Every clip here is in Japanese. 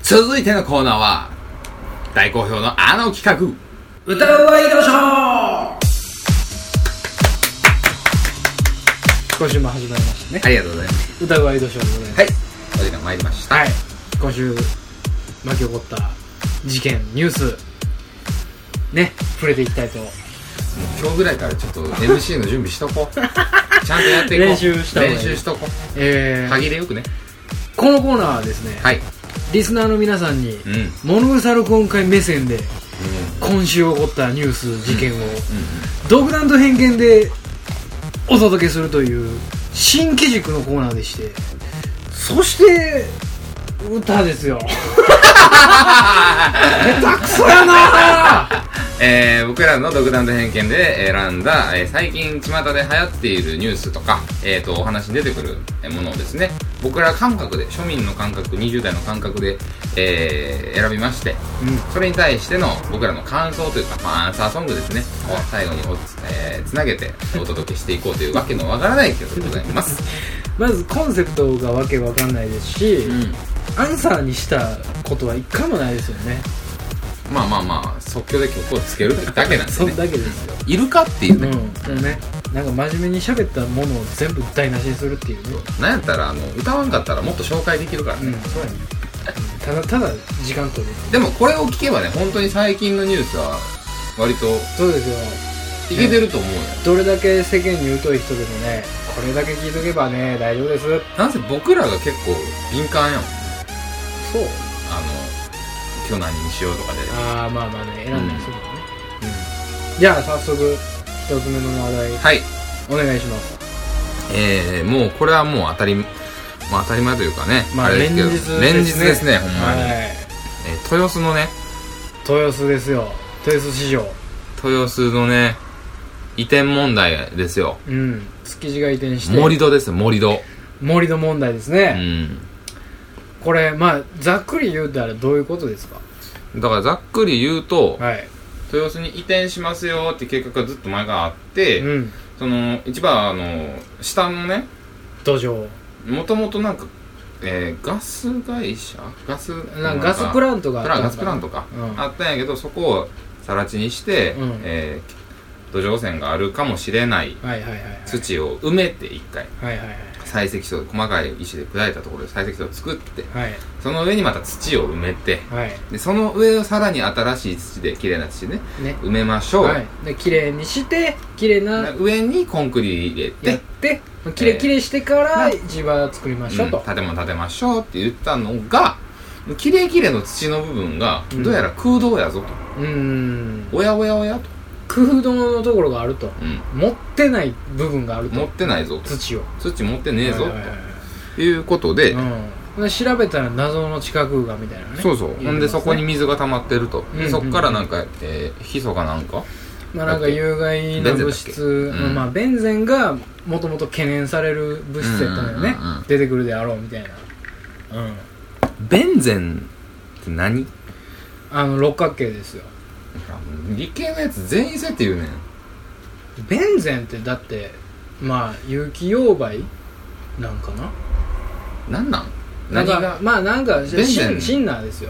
続いてのコーナーは大好評のあの企画、 歌うワイドショー。今週も始まりましたね。 ありがとうございます。 歌うワイドショーでございます。 はい、お時間参りました。 はい、今週巻き起こった事件ニュースね、触れていきたいと。 もう今日ぐらいからちょっと MC の準備しとこうちゃんとやっていこう。 練習しとこう。 歯切れよくね。 このコーナーはですね、はい、リスナーの皆さんに、物草録音会目線で、今週起こったニュース事件を、独断と偏見でお届けするという新機軸のコーナーでして、そして歌ですよ下手くそやな僕らの独断と偏見で選んだ、最近巷で流行っているニュースとか、お話に出てくるものをですね、僕ら感覚で、庶民の感覚、20代の感覚で、選びまして、それに対しての僕らの感想というか、アンサーソングですね、を最後につなげてお届けしていこうというわけのわからない曲でございますまずコンセプトがわけわかんないですし、アンサーにしたことは一回もないですよね。 まあ即興で曲をつけるってだけなんですねそんだけですよ。 いるかっていうね、 でもね、なんか真面目に喋ったものを全部台無しにするっていうね。 なんやったら歌わんかったらもっと紹介できるからね。 そうやね。ただ時間取る。 でもこれを聞けばね、本当に最近のニュースは割とそうですよ、 いけてると思うよ、 どれだけ世間に疎い人でもね、これだけ聞いとけばね大丈夫です。 なんせ僕らが結構敏感やん。 そう、 今日何にしようとかで。 まあね、選んだりするもんね。じゃあ早速一つ目の話題、はい、お願いします。 もうこれはもう当たり前というかね、 あれですけど連日ですね、ほんまに、豊洲のね、 豊洲ですよ、豊洲市場、 豊洲のね移転問題ですよ。 築地が移転して盛り土ですよ、盛り土問題ですね。これざっくり言うたらどういうことですか。 だからざっくり言うと、豊洲に移転しますよって計画がずっと前があって、その一番下のね土壌、 もともとなんか、ガス会社ガスプラントがあったんやけど、そこを更地にして、土壌線があるかもしれない土を埋めて一回採石層、細かい石で砕いたところで採石層を作って、その上にまた土を埋めて、でその上をさらに新しい土で綺麗な土で、埋めましょう。 で綺麗にして綺麗な上にコンクリ入れてやって綺麗してから地場作りましょうと、 建物建てましょうって言ったのが、綺麗の土の部分がどうやら空洞やぞと、おやと空洞のところがあると、持ってない部分があると、 持ってないぞと、土持ってねえぞということで、 調べたら謎の地下空間みたいなね。 そうほんでそこに水が溜まってると、そこからなんかヒ素かなんかなんか有害な物質、ベンゼンがもともと懸念される物質やったのよね、出てくるであろうみたいな。 ベンゼンって何？ 六角形ですよ。 理系のやつ全員そうやって言うねん。 ベンゼンってだって有機溶媒なんかな。何がなんかシンナーですよ。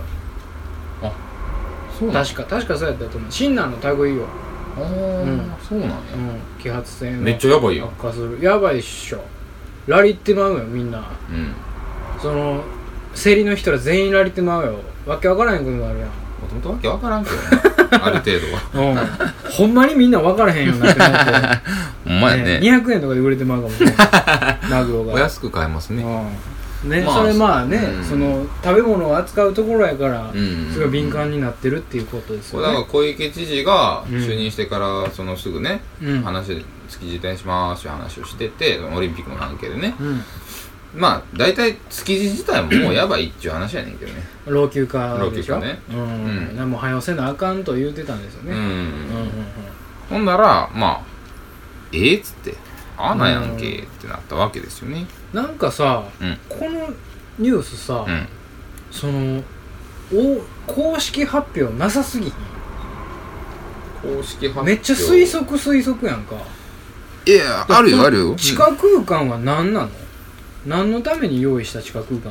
そう確かそうやったと思う。シンナーの類よ。 そうなんや。 揮発性のめっちゃやばいよ。 悪化する。やばいっしょ。ラリってまうよみんな。その競りの人ら全員ラリってまうよ。わけわからへんことがあるやん。 もともとわけわからんけどねある程度はほんまにみんなわからへんようになってなってほんまやね、 200円とかで売れてまうかもしれないマグロがお安く買えますね。 それその食べ物を扱うところやから、すごい敏感になってるっていうことですよね。 だから小池知事が就任してからそのすぐね、築地移転しますっていう話をしてて、オリンピックの関係でね、大体築地自体ももうやばいっていう話やねんけどね老朽化でしょ。 ね、 もう早せなあかんと言うてたんですよね。 ほんならっつってなんやんけってなったわけですよね。 なんかさ、このニュースさ、その公式発表なさすぎひん？ 公式発表めっちゃ推測やんか。 いや、あるよ。 地下空間は何なの？何のために用意した地下空間なの？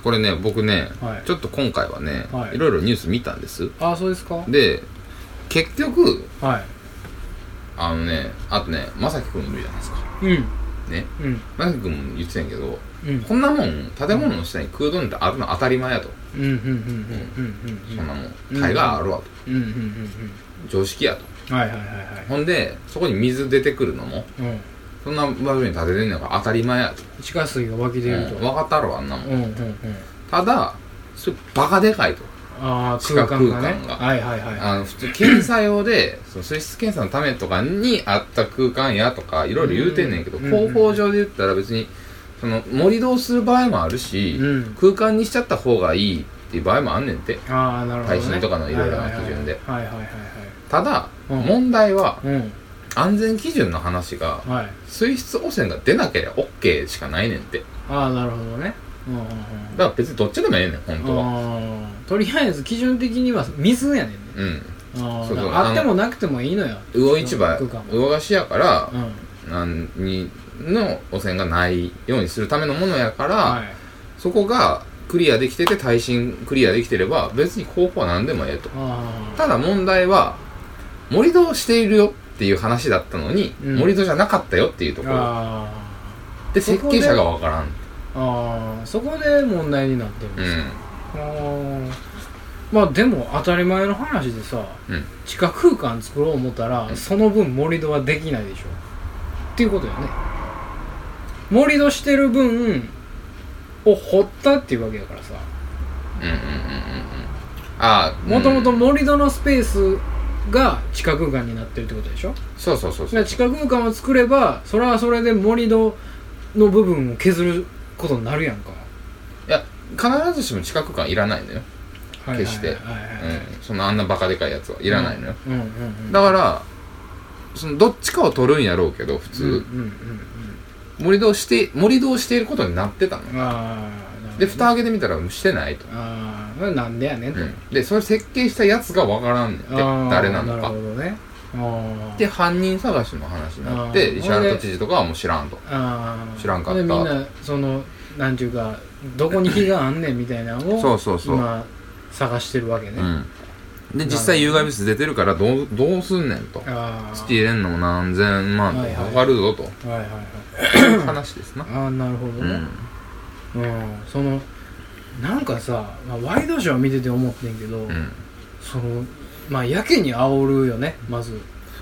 これね僕ね、 はい、 ちょっと今回はね、 はい、 いろいろニュース見たんです。 あ、そうですか。 で結局、 はい、 あとねまさきくんいるじゃないですか。ね、まさきくんも言ってたんやけど、こんなもん建物の下に空洞ってあるの当たり前やと。そんなもん大概あるわと、常識やと。ほんでそこに水出てくるのも、そんな場所に建ててんのが当たり前やと。 地下水が湧き出ると、 分かったろあんなもん。ただそれバカでかいと。地下空間が普通検査用でその水質検査のためとかにあった空間やとかいろいろ言うてんねんけど、広報上で言ったら別にその盛り土をする場合もあるし、空間にしちゃった方がいいっていう場合もあんねんて。耐震とかのいろいろな基準で。ただ問題は、安全基準の話が、水質汚染が出なければ OK しかないねんて。 なるほどね。 だから別にどっちでもええねん本当は。 とりあえず基準的には水やねんね。あってもなくてもいいのよ。魚市場魚河岸やから、何の汚染がないようにするためのものやから、そこがクリアできてて耐震クリアできてれば別に方法は何でもええと。ただ問題は盛り土をしているよっていう話だったのに、盛り土じゃなかったよっていうところで設計者がわからん。 そこで問題になってるんですか。まあでも当たり前の話でさ、地下空間作ろう思ったら、その分盛り土はできないでしょっていうことよね。盛り土してる分を掘ったっていうわけだからさ。もともと盛り土のスペースが地下空間になってるってことでしょ。そう地下空間を作ればそれはそれで盛り土の部分を削ることになるやんか。 いや必ずしも地下空間いらないのよ決して。そんなあんなバカでかいやつはいらないのよ。だからそのどっちかを取るんやろうけど普通盛り土をしていることになってたの。で蓋開けてみたらしてないと。なんでやねんと。でそれ設計したやつがわからんねんって誰なのか。で犯人探しの話になって石原都知事とかはもう知らんと。知らんかった。でみんなそのなんていうかどこに火があんねんみたいなのを今探してるわけね。 で実際有害物質出てるからどうすんねんと。土入れんのも何千万とかかかるぞと話ですな。 なるほどね。そのなんかさ、ワイドショー見てて思ってんけど、そのやけに煽るよねまず。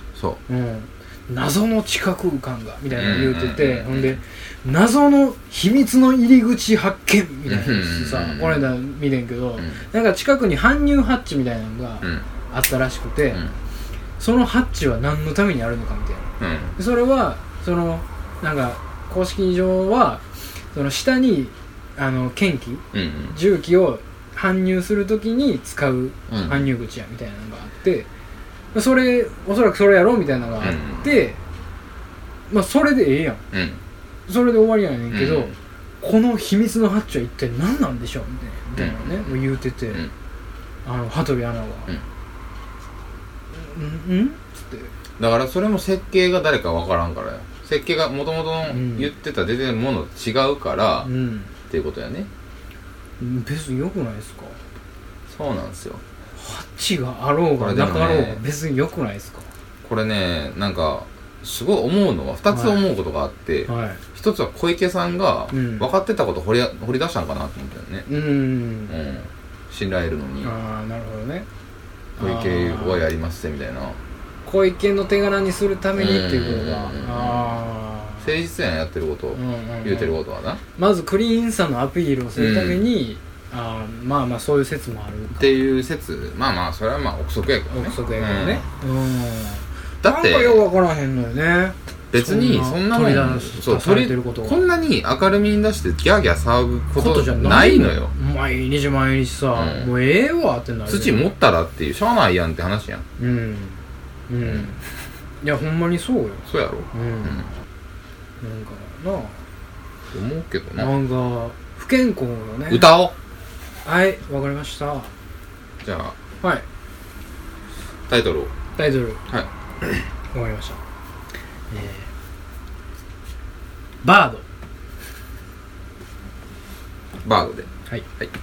謎の地下空間がみたいなの言うてて、ほんで謎の秘密の入り口発見みたいなさ、この間見てんけど、なんか近くに搬入ハッチみたいなのがあったらしくて、そのハッチは何のためにあるのかみたいな。それはそのなんか公式上はその下に剣気、重機を搬入するときに使う搬入口やみたいなのがあって、それおそらくそれやろうみたいなのがあって、それでええやん、それで終わりやねんけど、この秘密のハッチは一体何なんでしょうみたいなね、もう言うてて、羽鳥アナはつってだからそれも設計が誰かわからんからよ。設計がもともと言ってた出てるものと違うから、っていうことやね。 別に良くないですか。 そうなんですよ。 ハッチがあろうがなかろうが別に良くないですか。 これねなんかすごい思うのは2つ思うことがあって、1つは小池さんが分かってたこと掘り出したんかなと思ったよね。信頼得るのに。 なるほどね。 小池はやりますってみたいな。 小池の手柄にするためにっていうことが誠実やんやってること、言うてることはな。 まずクリーンさのアピールをするために、そういう説もあるかっていう説。それは憶測やけどね。 憶測やけどね。 だってなんかよく分からへんのよね。 別にそんなもんこんなに明るみに出してギャーギャー騒ぐことじゃないのよ。 毎日さ、もうええわってなる。 土持ったらっていうしゃあないやんって話やん。 いやほんまにそうよ。 そうやろ。 なんかな思うけどな。 なんか不健康よね。 歌おう。 はい、わかりました。 じゃあはいタイトルはいわかりました。バードではい、はい、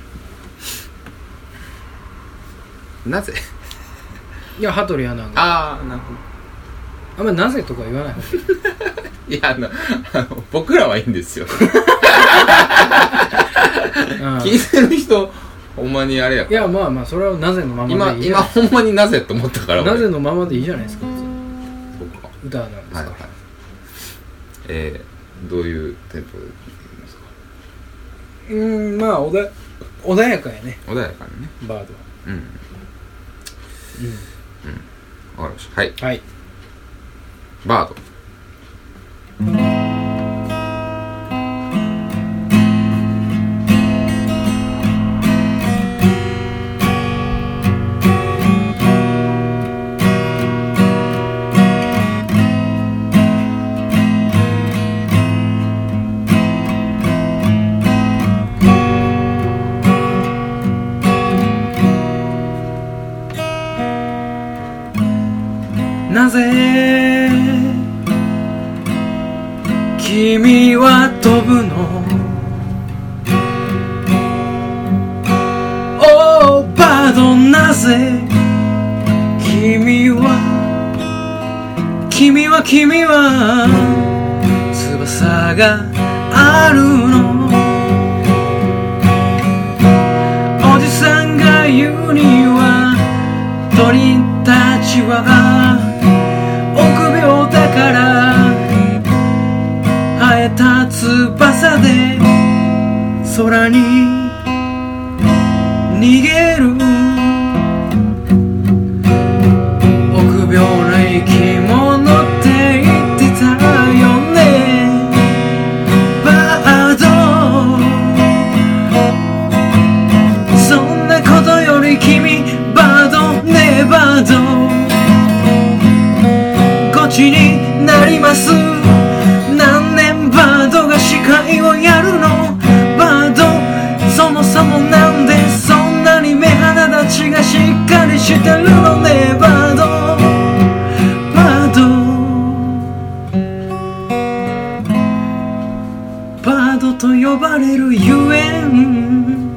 なぜいや羽鳥アナがああなるほどあんまりなぜとか言わないいや僕らはいいんですよ聞いてる人ほんまにあれやいやまあまあそれはなぜのままでいい今ほんまになぜと思ったからなぜのままでいいじゃないですかそうか歌なんですか、はいはい、 どういうテンポで言いますか。 まあ穏やかやね。 穏やかにねバードはうんわかりました。はい、 はい、 バードなぜ君は飛ぶのおーバードなぜ君は翼があるのおじさんが言うには鳥たちは臆病だから生えた翼で空に逃げる臆病な生き物って言ってたよねバードそんなことより君バードねバードゴチになります何年バードが司会をやるのバードそもそもなんでそんなに目鼻立ちがしっかりしてるのねバードバードと呼ばれるゆえん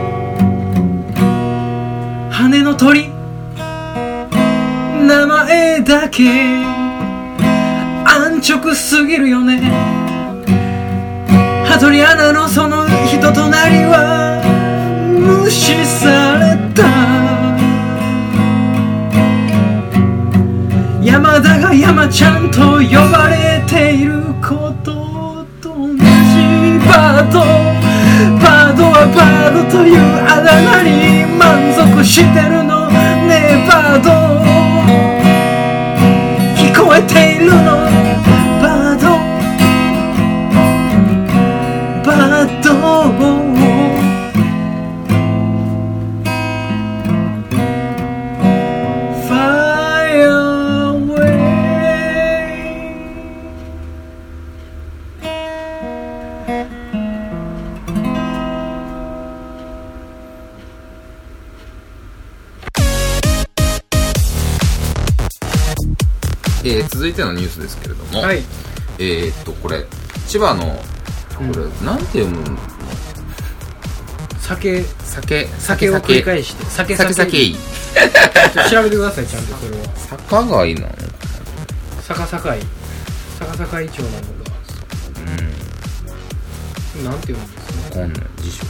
羽の鳥名前だけ安直すぎるよね羽鳥アナのその人となりは無視された山田が山ちゃんと呼ばれていることと同じバードはバードというあだ名に満足してるのねバード聞こえているのバード続いてのニュースですけれども、 はい、 これ千葉のこれ、なんて読むの？ 酒を繰り返して酒調べてくださいちゃんとそれは坂貝なの？ 坂井町なのかなんて読むんですか？ わかんない辞書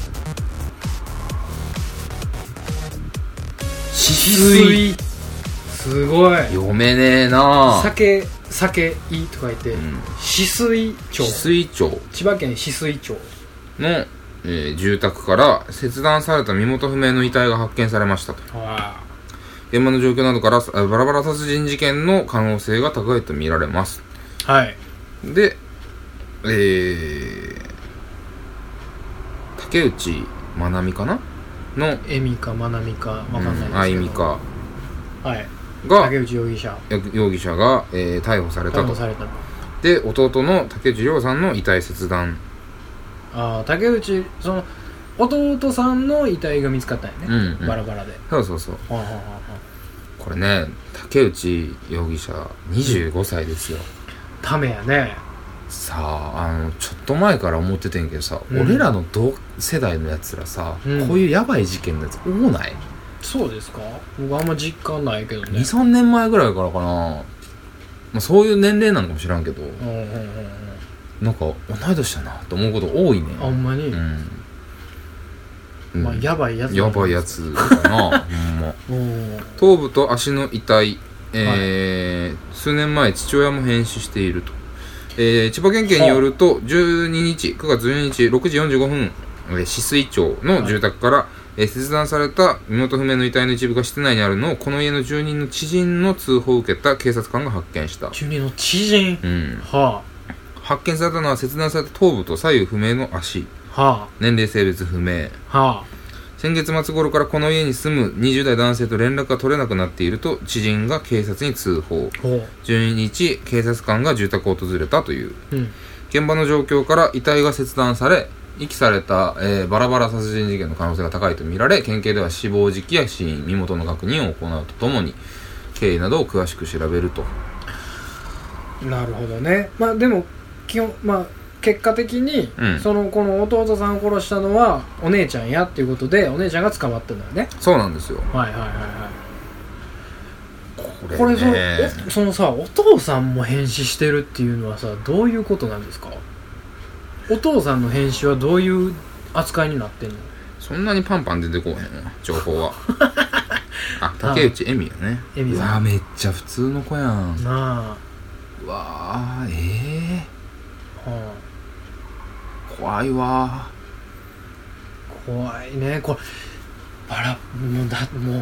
止水すごい読めねえな酒井と書いて、止水町千葉県止水町の、住宅から切断された身元不明の遺体が発見されましたと。現場の状況などからバラバラ殺人事件の可能性が高いと見られます。 はいで竹内まなみかなのエミかまなみかわかんないですけど、 あいみかはいが竹内容疑者が、 逮捕されたと。 逮捕されたで弟の竹内涼さんの遺体切断。 竹内その弟さんの遺体が見つかったんやね、バラバラで。 そうこれね竹内容疑者25歳ですよ。 ためやね。 さあちょっと前から思っててんけどさ、俺らの同世代のやつらさ、こういうヤバい事件のやつ多ない？ そうですか？僕あんま実感ないけどね。 2,3 年前ぐらいからかな、まあ、そういう年齢なのかもしらんけど、なんか同い年だなと思うこと多いね。 あんまに、まあヤバいやつかなほんま頭部と足の遺体、数年前父親も変死していると、千葉県警によると12日9月12日6時45分止水町の住宅から、切断された身元不明の遺体の一部が室内にあるのをこの家の住人の知人の通報を受けた警察官が発見した。 住人の知人、 発見されたのは切断された頭部と左右不明の足、年齢性別不明、先月末頃からこの家に住む20代男性と連絡が取れなくなっていると知人が警察に通報。12日警察官が住宅を訪れたという、現場の状況から遺体が切断され遺棄された、バラバラ殺人事件の可能性が高いとみられ、県警では死亡時期や死因、身元の確認を行うとともに経緯などを詳しく調べると。 なるほどね。まあでも基本結果的に、この弟さんを殺したのはお姉ちゃんやっていうことでお姉ちゃんが捕まったんだよね。 そうなんですよ。これそのさ、お父さんも変死してるっていうのはさ、どういうことなんですか？お父さんの変死はどういう扱いになってんの？ そんなにパンパン出てこうへんわ情報は。竹内恵美やね。うわめっちゃ普通の子やんなあ。うわ怖いわ。 怖いね。これもう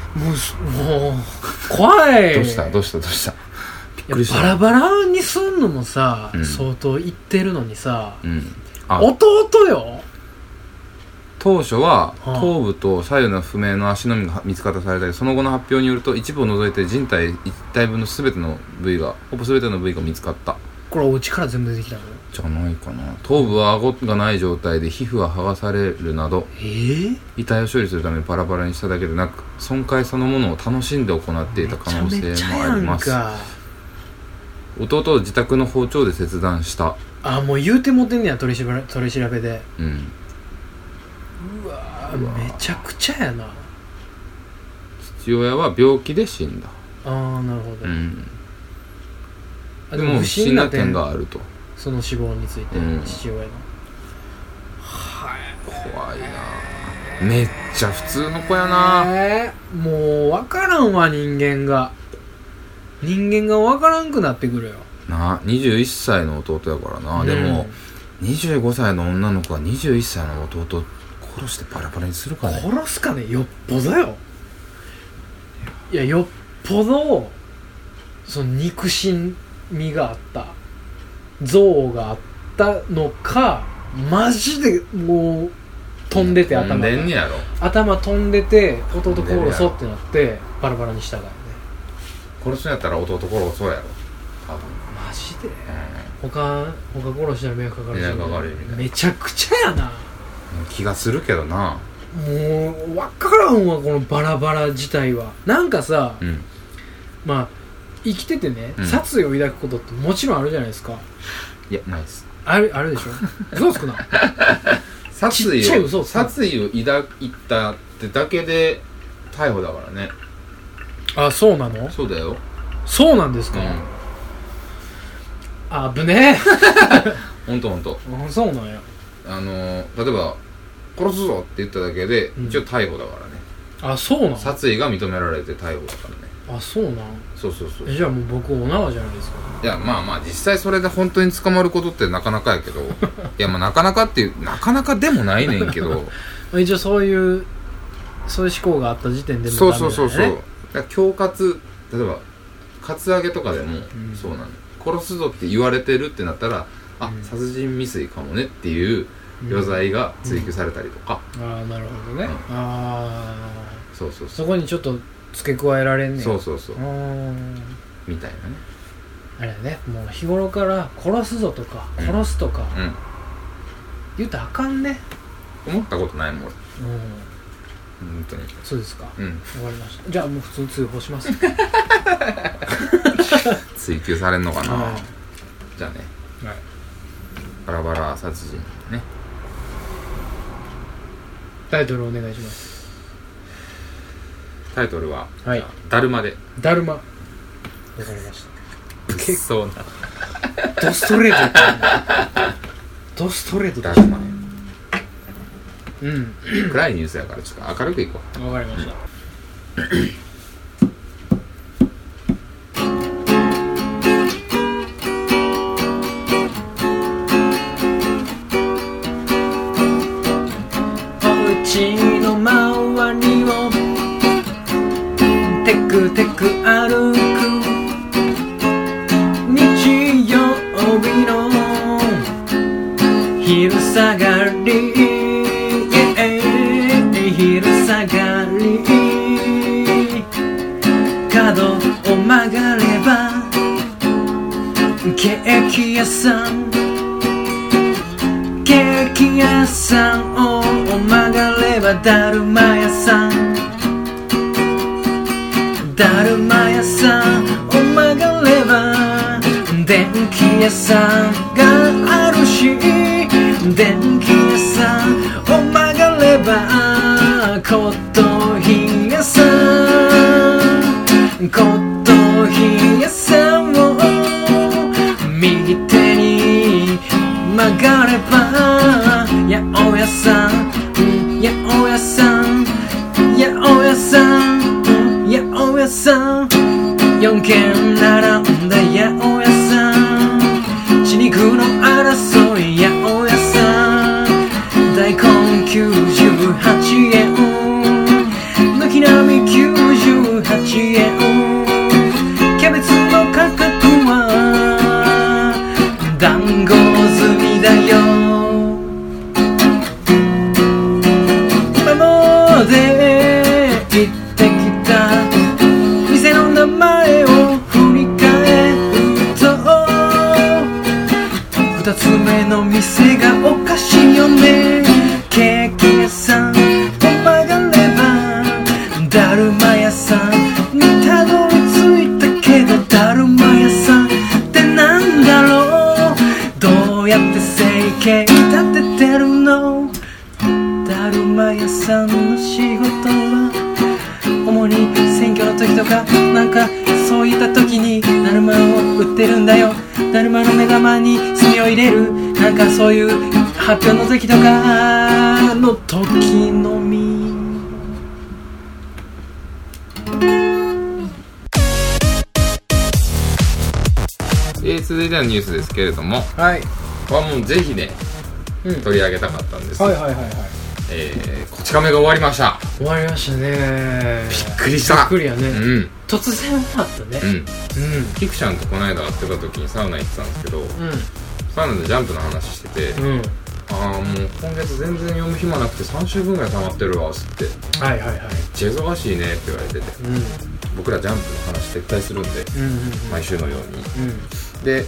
怖い。 どうしたびっくりした。 バラバラにすんのもさ、相当言ってるのにさ、弟よ。 当初は頭部と左右の不明の足のみが見つかったされたり、その後の発表によると一部を除いて人体一体分のほぼ全ての部位が見つかった。 これお家から全部出てきたのじゃないかな。頭部は顎がない状態で皮膚は剥がされるなど、遺体を処理するためにバラバラにしただけでなく、損壊そのものを楽しんで行っていた可能性もあります。弟を自宅の包丁で切断した。 もう言うてもてんねや、取り調べで。うわめちゃくちゃやな。 父親は病気で死んだ。 なるほど。 でも不審な点があると。 その死亡について、父親の。 怖いな。めっちゃ普通の子やな。 もう分からんわ、人間が分からんくなってくるよな。21歳の弟やからな。でも25歳の女の子が21歳の弟を殺してバラバラにするかね。 殺すかね。よっぽどよ。いや、よっぽどその憎しみがあった憎悪があったのか、マジでもう飛んでて、頭飛んでて弟殺そうってなってバラバラにしたからね。 殺すんやったら弟殺そうやろ多分。 マジで、他殺したら迷惑かかるし、めちゃくちゃやな。 気がするけどな。 もう分からんわ、このバラバラ自体は。なんかさ、まあ生きててね、殺意を抱くことってもちろんあるじゃないですか。 いや、ないです。 あるでしょ。嘘つくな。 殺意を抱いたってだけで逮捕だからね。 そうなの？ そうだよ。 そうなんですか。危ねえ。 ほんとそうなんや。 例えば殺すぞって言っただけで一応逮捕だからね。 そうなの？ 殺意が認められて逮捕だからね。 そうなん？ そうじゃあもう僕お縄じゃないですか。 いや、まあ実際それで本当に捕まることってなかなかやけどいや、なかなかっていうなかなかでもないねんけど一応そういう思考があった時点でもダメだよね。 そうだから恐喝、例えばカツアゲとかでもそうなの、殺すぞって言われてるってなったら殺人未遂かもねっていう余罪が追及されたりとか、 なるほどね、 そこにちょっと付け加えられんねん。 そうみたいなね。 あれね、もう日頃から殺すぞとか殺すとか言うたらあかんね。 思ったことないもん俺。本当に。 そうですか。わかりました。じゃあもう普通に通報します。 追及されんのかな。じゃあね。 はい。 バラバラ殺人ね。 タイトルお願いします。 タイトルは、 はい、 だるまで。 だるま。わかりました。 結構なドストレートドストレートだるまね。 うん。 暗いニュースやからちょっと明るくいこう。 わかりました。の周りをテクテク歩く日曜日の昼下がり、昼下がり、角を曲がればケーキ屋さん、ケーキ屋さんを曲がればだるま屋さん、だるま屋さんを曲がれば電気屋さんがあるし、電気屋さんを曲がれば骨董品屋さん、骨董品屋さんを右手に曲がれば八百屋さん、八百屋さん、八百屋さん、八百屋さん、4軒並んだ八百屋さん、血肉の争い八百屋さん、大根98円、軒並み98円、キャベツの価格は団子済みだよ、で行ってきた店の名前を振り返ると2つ目の店がおかしいよね、ケーキ屋さんを曲がればだるま屋さんにたどり着いたけど、だるま屋さんってなんだろう、どうやって生計立ててるの、だるま屋さんの仕事は主に選挙の時とかなんかそういった時にだるまを売ってるんだよ、だるまの目玉に炭を入れる、なんかそういう発表の時とかの時のみ。 続いてのニュースですけれども、 はい、 はもうぜひね、取り上げたかったんです。 はいはいはいはい。 こち亀が終わりました。 終わりましたね。 びっくりした。 びっくりやね。 うん。 突然終わったね。 キクちゃんとこの間会ってた時にサウナ行ってたんですけど、サウナでジャンプの話してて、もう今月全然読む暇なくて3週分ぐらい溜まってるわつって、 はいはいはい。 めっちゃ忙しいねって言われてて、僕らジャンプの話絶対するんで、毎週のように。で、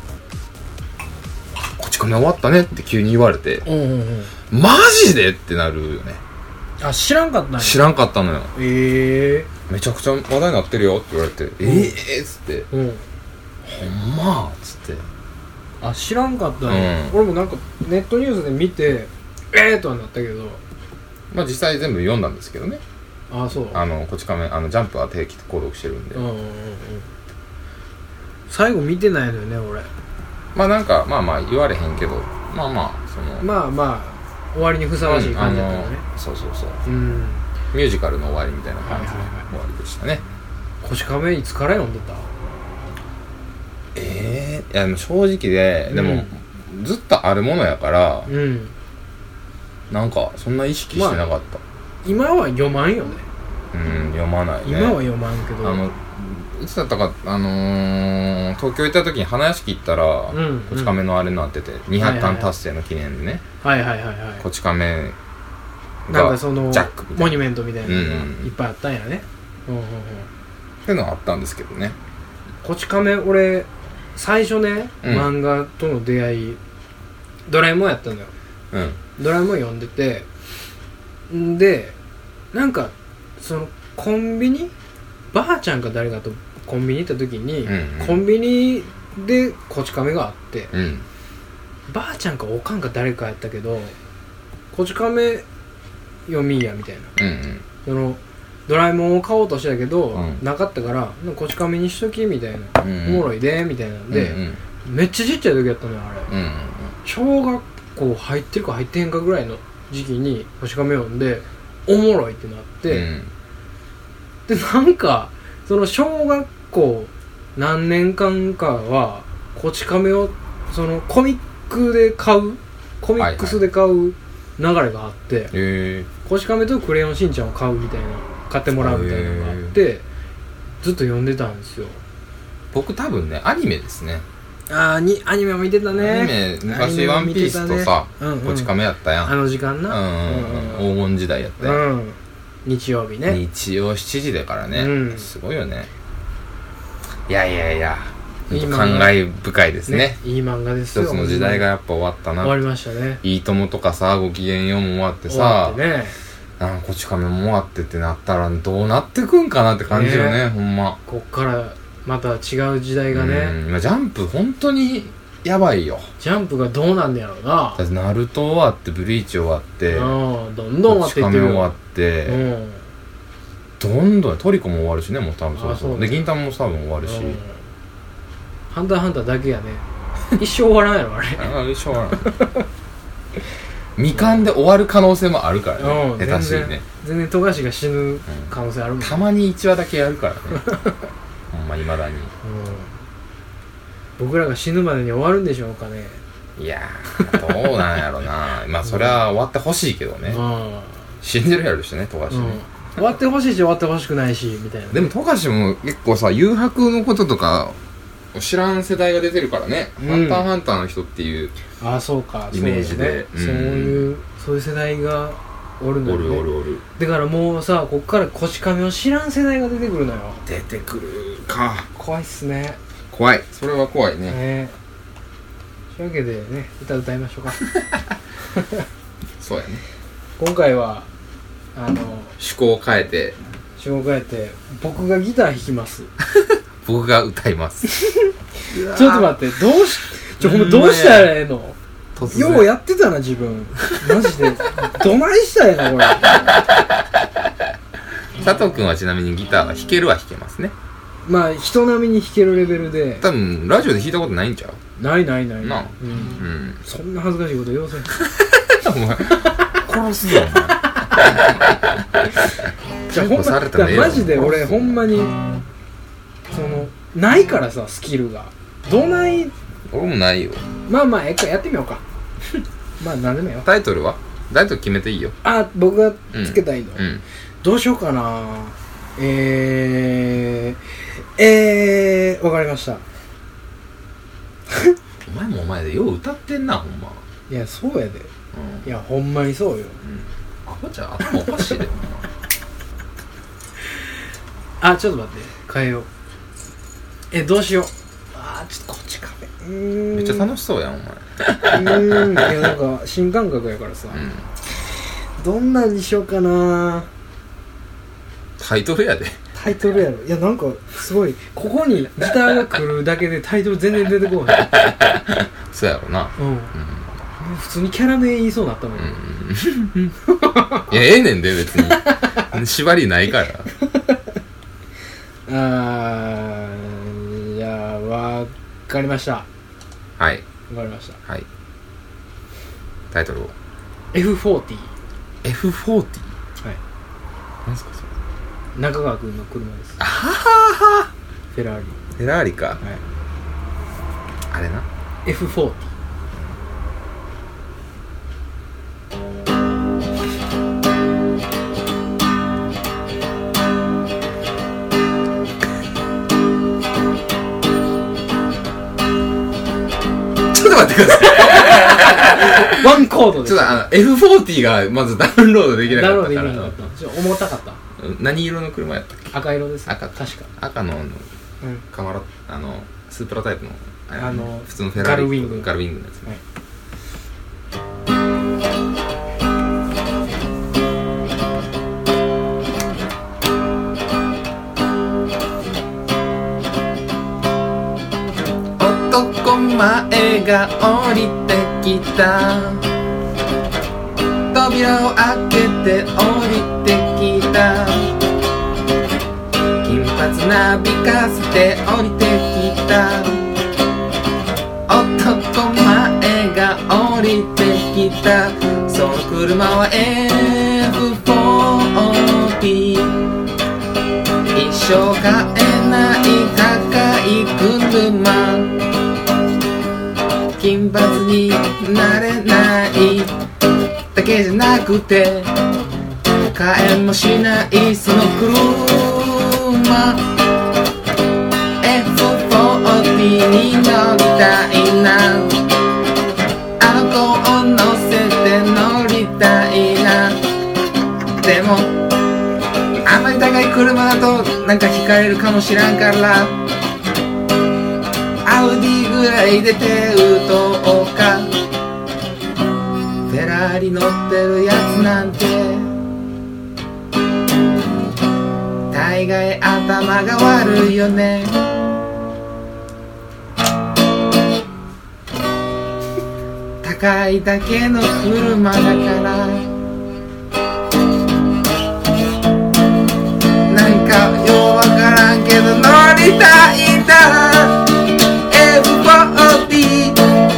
こち亀終わったねって急に言われて、マジでってなるよね。 あ、知らんかったんや。 知らんかったのよ。 めちゃくちゃ話題になってるよって言われて、っつって、ほんまっつって。 あ、知らんかったね。俺もなんかネットニュースで見てとはなったけど、 まあ実際全部読んだんですけどね。 あ、そう。 こち亀ジャンプは定期購読してるんで。 最後見てないのよね俺。 まあなんかまあ言われへんけど、まあそのまあ終わりにふさわしい感じだったよね。 そう、ミュージカルの終わりみたいな感じの終わりでしたね。 こち亀いつから読んでた？ いやでも正直で、でもずっとあるものやから、なんかそんな意識してなかった。 今は読まんよね。 読まないね。 今は読まんけど、 いつだったか、東京行った時に花屋敷行ったら、こち亀のあれになってて、200巻達成の記念でね、こち亀がなんかそのジャックみたいなモニュメントみたいなのがいっぱいあったんやね。 っていうのがあったんですけどね。 こち亀、俺最初ね、漫画との出会いドラえもんやったんだよ。ドラえもん読んでて、でなんかそのコンビニ、ばあちゃんか誰かとコンビニ行った時に、コンビニでこち亀があって、 ばあちゃんかおかんか誰かやったけどこち亀読みやみたいな、そのドラえもんを買おうとしたけど、なかったからこち亀にしときみたいな、おもろいでみたいなんで、めっちゃちっちゃい時やったのよあれ、小学校入ってるか入ってへんかぐらいの時期にこち亀読んでおもろいってなって、でなんかその小学校何年間かはこち亀をそのコミックで買うコミックスで買う流れがあって、こち亀とクレヨンしんちゃんを買うみたいな買ってもらうみたいなのがあってずっと読んでたんですよ。 僕多分ねアニメですね。 アニメも見てたね。 アニメ昔ワンピースとさ、こち亀やったやん。 あの時間な、 黄金時代やったやん、 日曜日ね。 日曜7時だからね、すごいよね。いや感慨深いですね。 いい漫画ですよ。 一つの時代がやっぱ終わったな。 終わりましたね。 いいともとかさ、ごきげんようも終わってさ、こち亀も終わってってなったらどうなってくんかなって感じよね、ほんま。 こっからまた違う時代がね。 今ジャンプ本当にやばいよ。 ジャンプがどうなんだやろうな。 だってナルト終わってブリーチ終わって、 どんどん終わっていってる。 こち亀終わって、どんどんトリコも終わるしね、もう多分そうで銀魂も多分終わるし、 ハンターハンターだけやね。一生終わらんやろあれ。 一生終わらん。未完で終わる可能性もあるからね、下手しいね。 全然富樫が死ぬ可能性あるもん、 たまに1話だけやるからね。ほんま未だに、 僕らが死ぬまでに終わるんでしょうかね。 いやーどうなんやろな。まあそれは終わってほしいけどね、死んでるやろしね富樫ね、 終わってほしいし終わってほしくないしみたいな。 でも富樫も結構さ誘白のこととか知らん世代が出てるからね、ハンターハンターの人っていうそうかイメージで、 そういう世代がおるのよね。 おるだからもうさこっからこち亀を知らん世代が出てくるのよ。 出てくるか。 怖いっすね。 怖い、それは怖いね。 というわけでね歌いましょうか。 そうやね。 今回は趣向を変えて僕がギター弾きます。 僕が歌います。 ちょっと待って、ほんまどうしたらええの。ようやってたな自分。マジでどないしたらええのこれ。 佐藤くんはちなみにギターは弾けるは弾けますね。 まあ人並みに弾けるレベルで。 多分ラジオで弾いたことないんちゃう。 ないな、 そんな恥ずかしいこと言わせん。 お前殺すぞお前。 じゃあほんまマジで俺ほんまにないからさスキルが俺もないよ。 まあやってみようか。まあ何でもよ。 タイトル決めていいよ。 僕がつけたいの、どうしようかな。わかりました。 お前もお前でよう歌ってんなほんま。 いやそうやで、いやほんまにそうよ。 アホちゃん頭おかしいでほんま。ちょっと待って変えよう。どうしよう。ちょっとこっちカメめっちゃ楽しそうやんお前。いやなんか新感覚やからさ、どんなんにしようかな。 タイトルやで。 タイトルやろ。いやなんかすごいここにギターが来るだけでタイトル全然出てこない。 そうやろな。 普通にキャラ名言いそうになったもん。 いやええねんで別に。縛りないから。 じゃあわかりました。 はい。 わかりました。 はい。タイトルを。 F40。 F40。はい。 何すかそれ。中川君の車です。フェラーリか。あれな。 F40。 待ってください。 ワンコードです。 ちょっとF40 がまずダウンロードできなかったから。 ダウンロードできなかった。重たかった。 何色の車やったっけ。 赤色です。 赤、 確か赤のカマラスープラタイプの普通のフェラーリガルウィングのやつね。前が降りてききた扉を開けて降りてきた金髪なびかせて降りてきた男前が降りてきたその車は F40 一生買えない高い車金髪になれないだけじゃなくて買えもしないその車 F40 に乗りたいなあの子を乗せて乗りたいなでもあまり高い車だとなんか惹かれるかもしらんからアウディぐらいで手打とうかフェラーリ乗ってるやつなんて大概頭が悪いよね高いだけの車だからなんかようわからんけど乗りたいんだ F40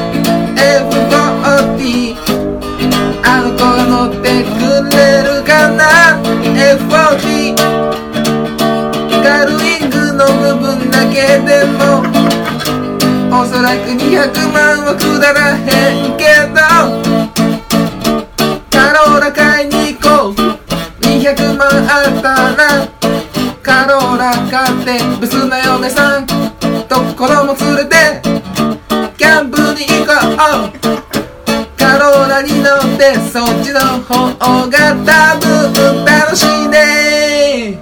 あの子が乗ってくれるかな F40 ガルウィングの部分だけでもおそらく200万はくだらへんけどカローラ買いに行こう200万あったらカローラ買ってブスな嫁さんと子供連れてキャンプに行こうカローラに乗ってそっちの方が多分楽しいね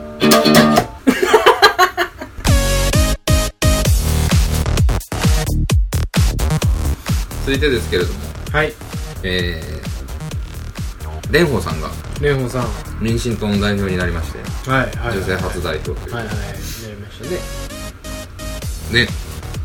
続いてですけれどもはい蓮舫さんが蓮舫さん民進党の代表になりまして、 はいはいはい、 女性初代表というはいはいなりましたねね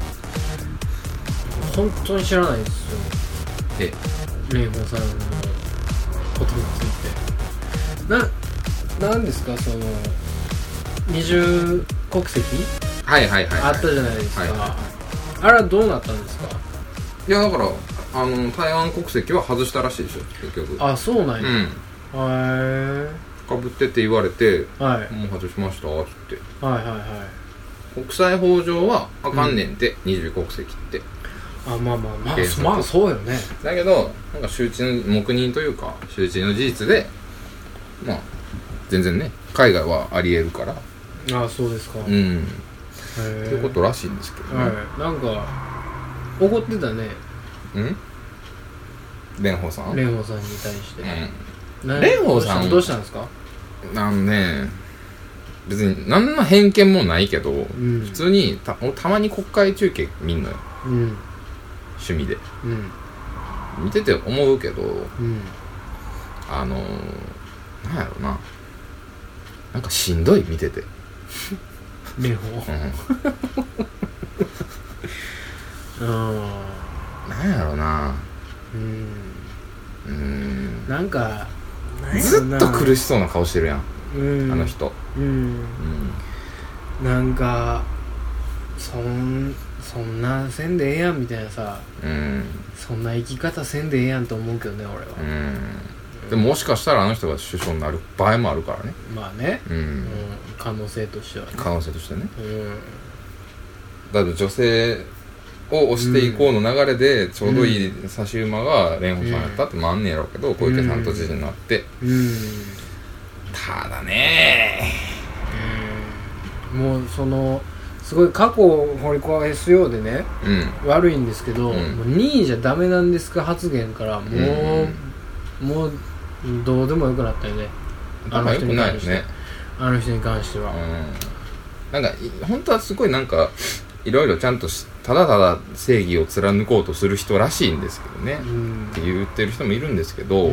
本当に知らないですよ蓮舫さんのことについてなんですかその二重国籍はいはいはい、はい、 あったじゃないですか、はいはい、あれはどうなったんですかいやだから台湾国籍は外したらしいですよ結局あそうなんや、 うん、かぶってって言われて、 はい、 もう外しましたって言ってはいはいはい国際法上はあかんねんて、二重国籍ってあまあそうよねだけどなんか周知の黙認というか周知の事実でまあ全然ね海外はありえるからあそうですかうんということらしいんですけどね、 はい、なんか怒ってたね蓮舫さんに対して、 蓮舫さんどうしたんですかね別に何の偏見もないけど、普通にたまに国会中継見んのよ、趣味で、見てて思うけど、なんやろななんかしんどい見てて蓮舫なんやろななんかずっと苦しそうな顔してるやんあの人なんかそんなせんでええやんみたいなさそんな生き方せんでええやんと思うけどね俺はでももしかしたらあの人が首相になる場合もあるからねまあね可能性としてはね可能性としてねだって女性を押していこうの流れでちょうどいい差し馬が蓮舫さんやったってもあんねやろうけど小池さんと知事になってただねもうそのすごい過去を掘り返すようでね悪いんですけどもう2位じゃダメなんですか発言からもうどうでもよくなったよねあの人に関して、あの人に関してはなんか本当はすごいなんかいろいろちゃんとただただ正義を貫こうとする人らしいんですけどねって言ってる人もいるんですけど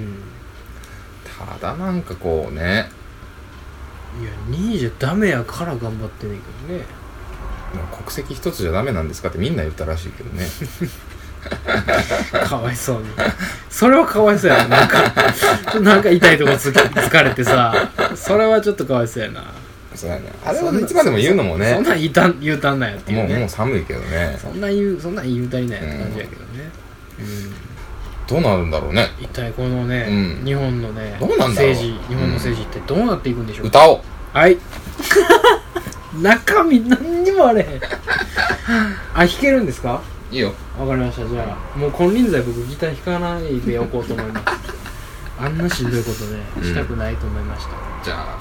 ただなんかこうねいや2位じゃダメやから頑張ってんねんけどね国籍一つじゃダメなんですかってみんな言ったらしいけどねかわいそうに。それはかわいそうやな。なんか痛いとこ疲れてさ、それはちょっとかわいそうやな。 そうやね。あれはいつまでも言うのもね。 そんなん言うたんなんやっていうね。 もう寒いけどね。 そんなん言うたりないやって感じやけどね。 どうなるんだろうね。 一体このね、日本のね、 どうなんだろう。 日本の政治ってどうなっていくんでしょう。 歌おう。 はい。中身何にもあれへん。あ、弾けるんですか？ いいよ。 わかりました。じゃあもう金輪際僕ギター弾かないでおこうと思います。あんなしんどいことねしたくないと思いました。 じゃあ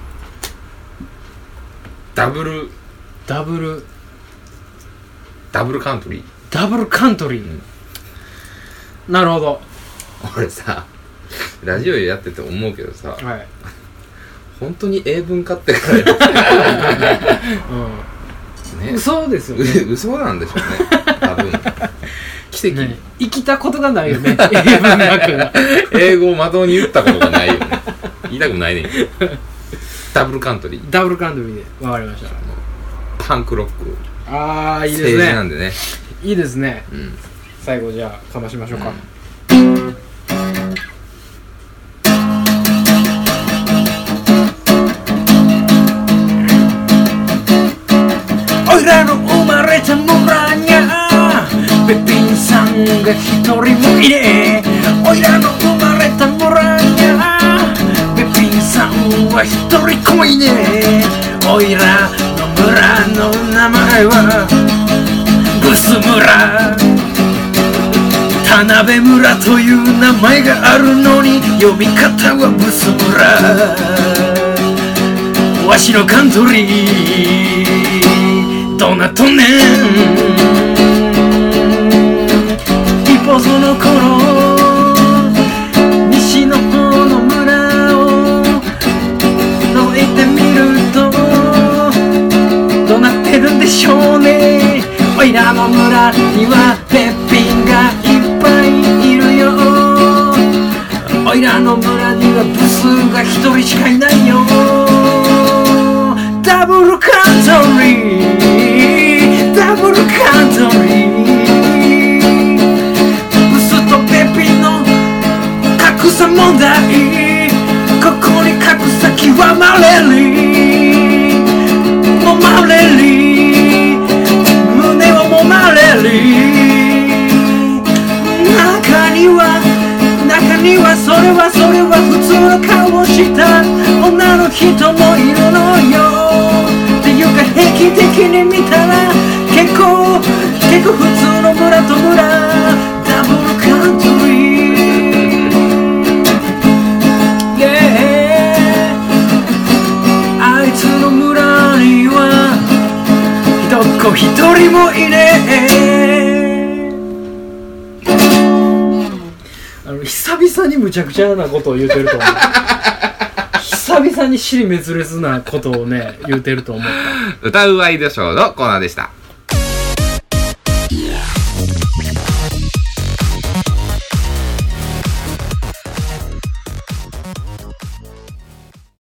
ダブルカントリー。 ダブルカントリー、なるほど。 俺さラジオやってて思うけどさ、はい、本当に英文化ってからやね、嘘ですよね。 嘘なんでしょうね多分。奇跡、 ね、生きたことがないよね英文学が。 英語をまとうに言ったことがないよね。言いたくないねんけど。ダブルカントリーでわかりました。パンクロック、 ああいいですね。 政治なんでね、 いいですね、最後じゃあかましましょうか、おいらの生まれた村にゃべっぴんさんが一人もいねえ。おいらの生まれた村にゃべっぴんさんは一人こもいねえ。おいらの村の名前はブス村、田辺村という名前があるのに呼び方はブス村。わしのカントリーどうなっとんねん。一方その頃西の方の村を覗いてみるとどうなってるんでしょうね。おいらの村にはべっぴんがいっぱいいるよ。おいらの村にはブスが一人しかいないよ。ダブルカントリー、ダブルカントリー、ブスとべっぴんの格差問題。ここに格差極まれりもまれり胸をもまれり。中にはそれは普通の顔をした女の人もいるのよ。っていうか平均的に見たら結構普通の村と村、ダブルカントリー、yeah、 あいつの村にはどこ一人もいねえ。久々にむちゃくちゃなことを言うてると思う。久々に尻滅裂なことをね言うてると思った。 歌うワイドショーのコーナーでした。